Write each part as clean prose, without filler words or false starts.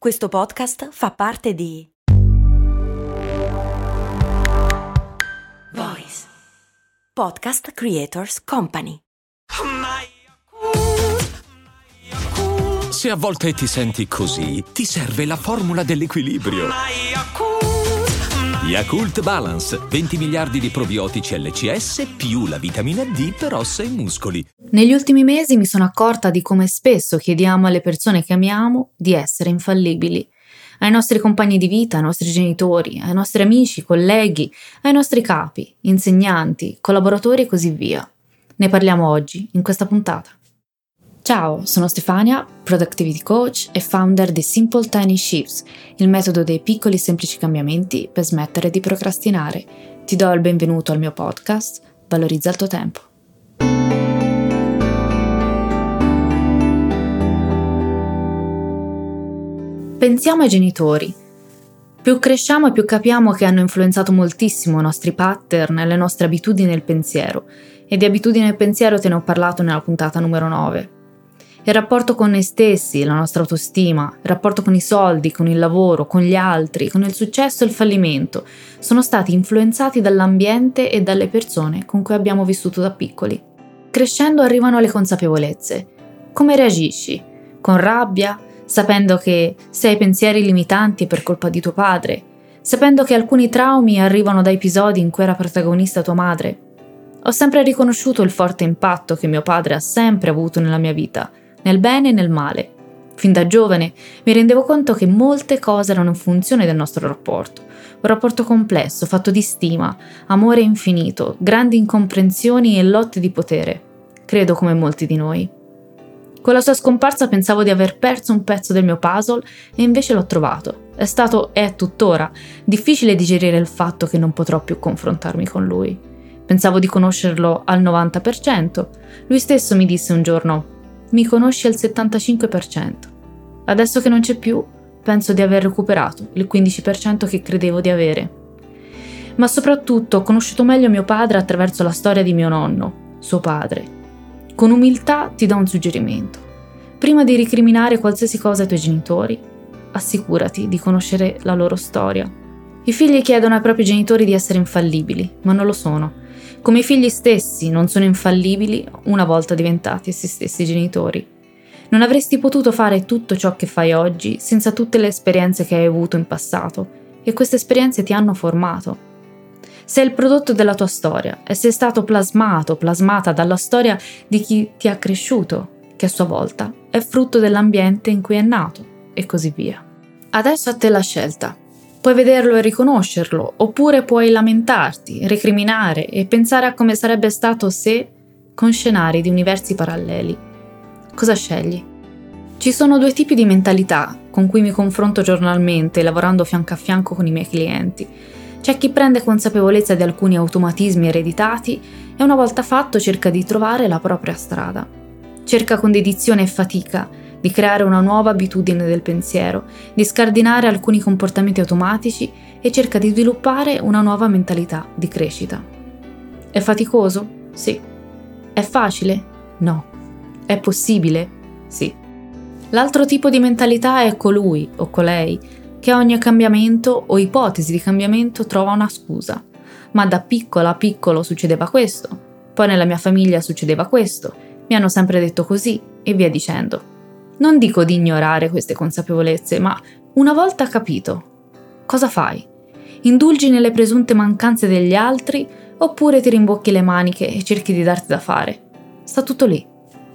Questo podcast fa parte di Voice Podcast Creators Company. Se a volte ti senti così, ti serve la formula dell'equilibrio. Yakult Balance, 20 miliardi di probiotici LCS più la vitamina D per ossa e muscoli. Negli ultimi mesi mi sono accorta di come spesso chiediamo alle persone che amiamo di essere infallibili. Ai nostri compagni di vita, ai nostri genitori, ai nostri amici, colleghi, ai nostri capi, insegnanti, collaboratori e così via. Ne parliamo oggi, in questa puntata. Ciao, sono Stefania, Productivity Coach e founder di Simple Tiny Shifts, il metodo dei piccoli e semplici cambiamenti per smettere di procrastinare. Ti do il benvenuto al mio podcast, Valorizza il tuo tempo. Pensiamo ai genitori. Più cresciamo e più capiamo che hanno influenzato moltissimo i nostri pattern e le nostre abitudini nel pensiero. E di abitudini nel pensiero te ne ho parlato nella puntata numero 9. Il rapporto con noi stessi, la nostra autostima, il rapporto con i soldi, con il lavoro, con gli altri, con il successo e il fallimento sono stati influenzati dall'ambiente e dalle persone con cui abbiamo vissuto da piccoli. Crescendo arrivano le consapevolezze. Come reagisci? Con rabbia? Sapendo che se hai pensieri limitanti è per colpa di tuo padre? Sapendo che alcuni traumi arrivano da episodi in cui era protagonista tua madre? Ho sempre riconosciuto il forte impatto che mio padre ha sempre avuto nella mia vita, nel bene e nel male. Fin da giovane mi rendevo conto che molte cose erano in funzione del nostro rapporto. Un rapporto complesso, fatto di stima, amore infinito, grandi incomprensioni e lotte di potere. Credo come molti di noi. Con la sua scomparsa pensavo di aver perso un pezzo del mio puzzle e invece l'ho trovato. È tuttora difficile digerire il fatto che non potrò più confrontarmi con lui. Pensavo di conoscerlo al 90%. Lui stesso mi disse un giorno: mi conosci al 75%. Adesso che non c'è più, penso di aver recuperato il 15% che credevo di avere. Ma soprattutto ho conosciuto meglio mio padre attraverso la storia di mio nonno, suo padre. Con umiltà ti do un suggerimento. Prima di ricriminare qualsiasi cosa ai tuoi genitori, assicurati di conoscere la loro storia. I figli chiedono ai propri genitori di essere infallibili, ma non lo sono. Come i figli stessi non sono infallibili una volta diventati essi stessi genitori. Non avresti potuto fare tutto ciò che fai oggi senza tutte le esperienze che hai avuto in passato, e queste esperienze ti hanno formato. Sei il prodotto della tua storia e sei stato plasmata dalla storia di chi ti ha cresciuto, che a sua volta è frutto dell'ambiente in cui è nato, e così via. Adesso a te la scelta. Puoi vederlo e riconoscerlo, oppure puoi lamentarti, recriminare e pensare a come sarebbe stato se, con scenari di universi paralleli. Cosa scegli? Ci sono due tipi di mentalità con cui mi confronto giornalmente, lavorando fianco a fianco con i miei clienti. C'è chi prende consapevolezza di alcuni automatismi ereditati e una volta fatto cerca di trovare la propria strada. Cerca con dedizione e fatica di creare una nuova abitudine del pensiero, di scardinare alcuni comportamenti automatici e cerca di sviluppare una nuova mentalità di crescita. È faticoso? Sì. È facile? No. È possibile? Sì. L'altro tipo di mentalità è colui o colei che a ogni cambiamento o ipotesi di cambiamento trova una scusa. Ma da piccola a piccolo succedeva questo, poi nella mia famiglia succedeva questo, mi hanno sempre detto così e via dicendo. Non dico di ignorare queste consapevolezze, ma una volta capito, cosa fai? Indulgi nelle presunte mancanze degli altri oppure ti rimbocchi le maniche e cerchi di darti da fare? Sta tutto lì.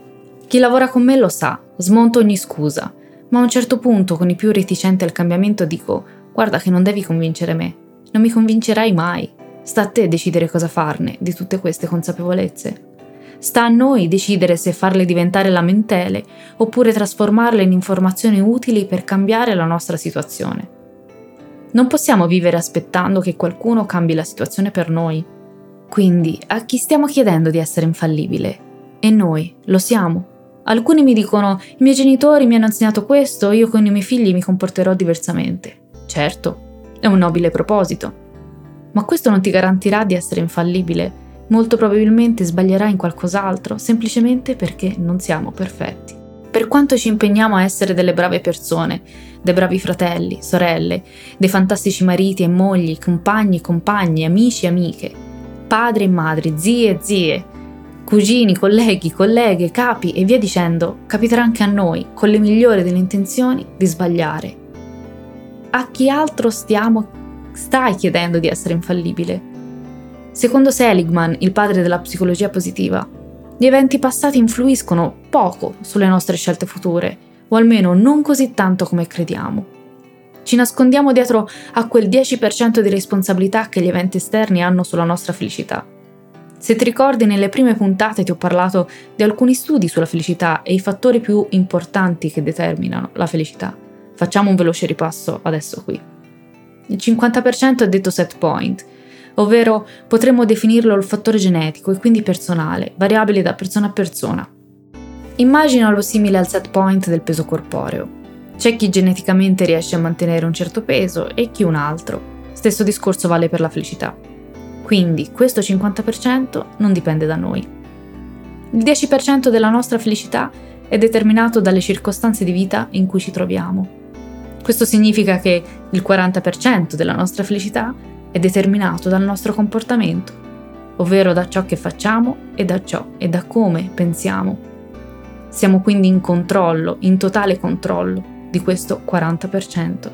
Chi lavora con me lo sa, smonto ogni scusa, ma a un certo punto con i più reticenti al cambiamento dico: guarda che non devi convincere me, non mi convincerai mai, sta a te decidere cosa farne di tutte queste consapevolezze. Sta a noi decidere se farle diventare lamentele oppure trasformarle in informazioni utili per cambiare la nostra situazione. Non possiamo vivere aspettando che qualcuno cambi la situazione per noi. Quindi, a chi stiamo chiedendo di essere infallibile? E noi lo siamo? Alcuni mi dicono: i miei genitori mi hanno insegnato questo, io con i miei figli mi comporterò diversamente. Certo, è un nobile proposito. Ma questo non ti garantirà di essere infallibile. Molto probabilmente sbaglierai in qualcos'altro, semplicemente perché non siamo perfetti. per quanto ci impegniamo a essere delle brave persone, dei bravi fratelli, sorelle, dei fantastici mariti e mogli, compagni e compagni, amici e amiche, padri e madri, zii e zie, cugini, colleghi, colleghe, capi e via dicendo, capiterà anche a noi, con le migliori delle intenzioni, di sbagliare. A chi altro stai chiedendo di essere infallibile? Secondo Seligman, il padre della psicologia positiva, gli eventi passati influiscono poco sulle nostre scelte future, o almeno non così tanto come crediamo. Ci nascondiamo dietro a quel 10% di responsabilità che gli eventi esterni hanno sulla nostra felicità. Se ti ricordi, nelle prime puntate ti ho parlato di alcuni studi sulla felicità e i fattori più importanti che determinano la felicità. Facciamo un veloce ripasso adesso qui. Il 50% è detto set point, ovvero potremmo definirlo il fattore genetico e quindi personale, variabile da persona a persona. Immaginalo simile al set point del peso corporeo. C'è chi geneticamente riesce a mantenere un certo peso e chi un altro. Stesso discorso vale per la felicità. Quindi questo 50% non dipende da noi. Il 10% della nostra felicità è determinato dalle circostanze di vita in cui ci troviamo. Questo significa che il 40% della nostra felicità è determinato dal nostro comportamento, ovvero da ciò che facciamo e da come pensiamo. Siamo quindi in controllo, in totale controllo di questo 40%.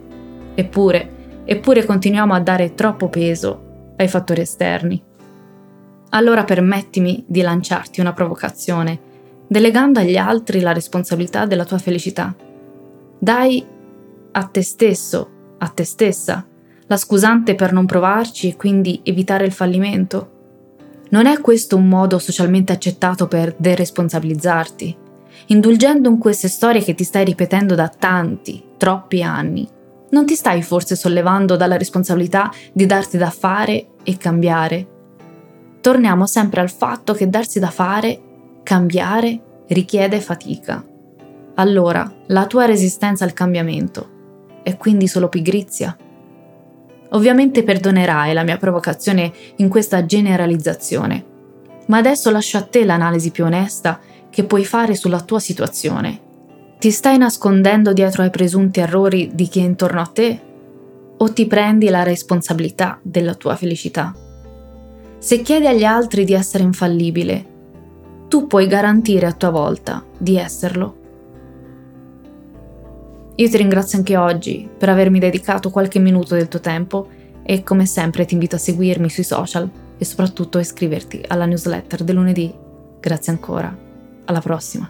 Eppure continuiamo a dare troppo peso ai fattori esterni. Allora permettimi di lanciarti una provocazione, delegando agli altri la responsabilità della tua felicità. Dai a te stesso, a te stessa, la scusante per non provarci e quindi evitare il fallimento? Non è questo un modo socialmente accettato per deresponsabilizzarti? Indulgendo in queste storie che ti stai ripetendo da troppi anni, non ti stai forse sollevando dalla responsabilità di darti da fare e cambiare? Torniamo sempre al fatto che darsi da fare, cambiare, richiede fatica. Allora, la tua resistenza al cambiamento è quindi solo pigrizia? Ovviamente perdonerai la mia provocazione in questa generalizzazione, ma adesso lascio a te l'analisi più onesta che puoi fare sulla tua situazione. Ti stai nascondendo dietro ai presunti errori di chi è intorno a te? O ti prendi la responsabilità della tua felicità? Se chiedi agli altri di essere infallibile, tu puoi garantire a tua volta di esserlo. Io ti ringrazio anche oggi per avermi dedicato qualche minuto del tuo tempo e come sempre ti invito a seguirmi sui social e soprattutto a iscriverti alla newsletter del lunedì. Grazie ancora. Alla prossima.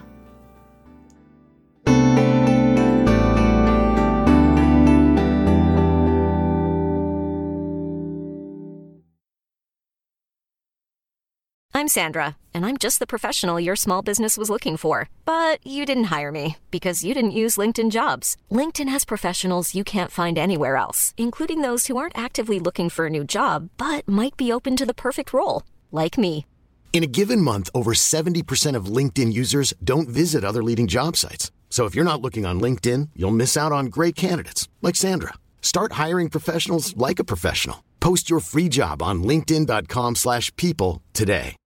I'm Sandra, and I'm just the professional your small business was looking for. But you didn't hire me because you didn't use LinkedIn Jobs. LinkedIn has professionals you can't find anywhere else, including those who aren't actively looking for a new job, but might be open to the perfect role, like me. In a given month, over 70% of LinkedIn users don't visit other leading job sites. So if you're not looking on LinkedIn, you'll miss out on great candidates like Sandra. Start hiring professionals like a professional. Post your free job on linkedin.com/people today.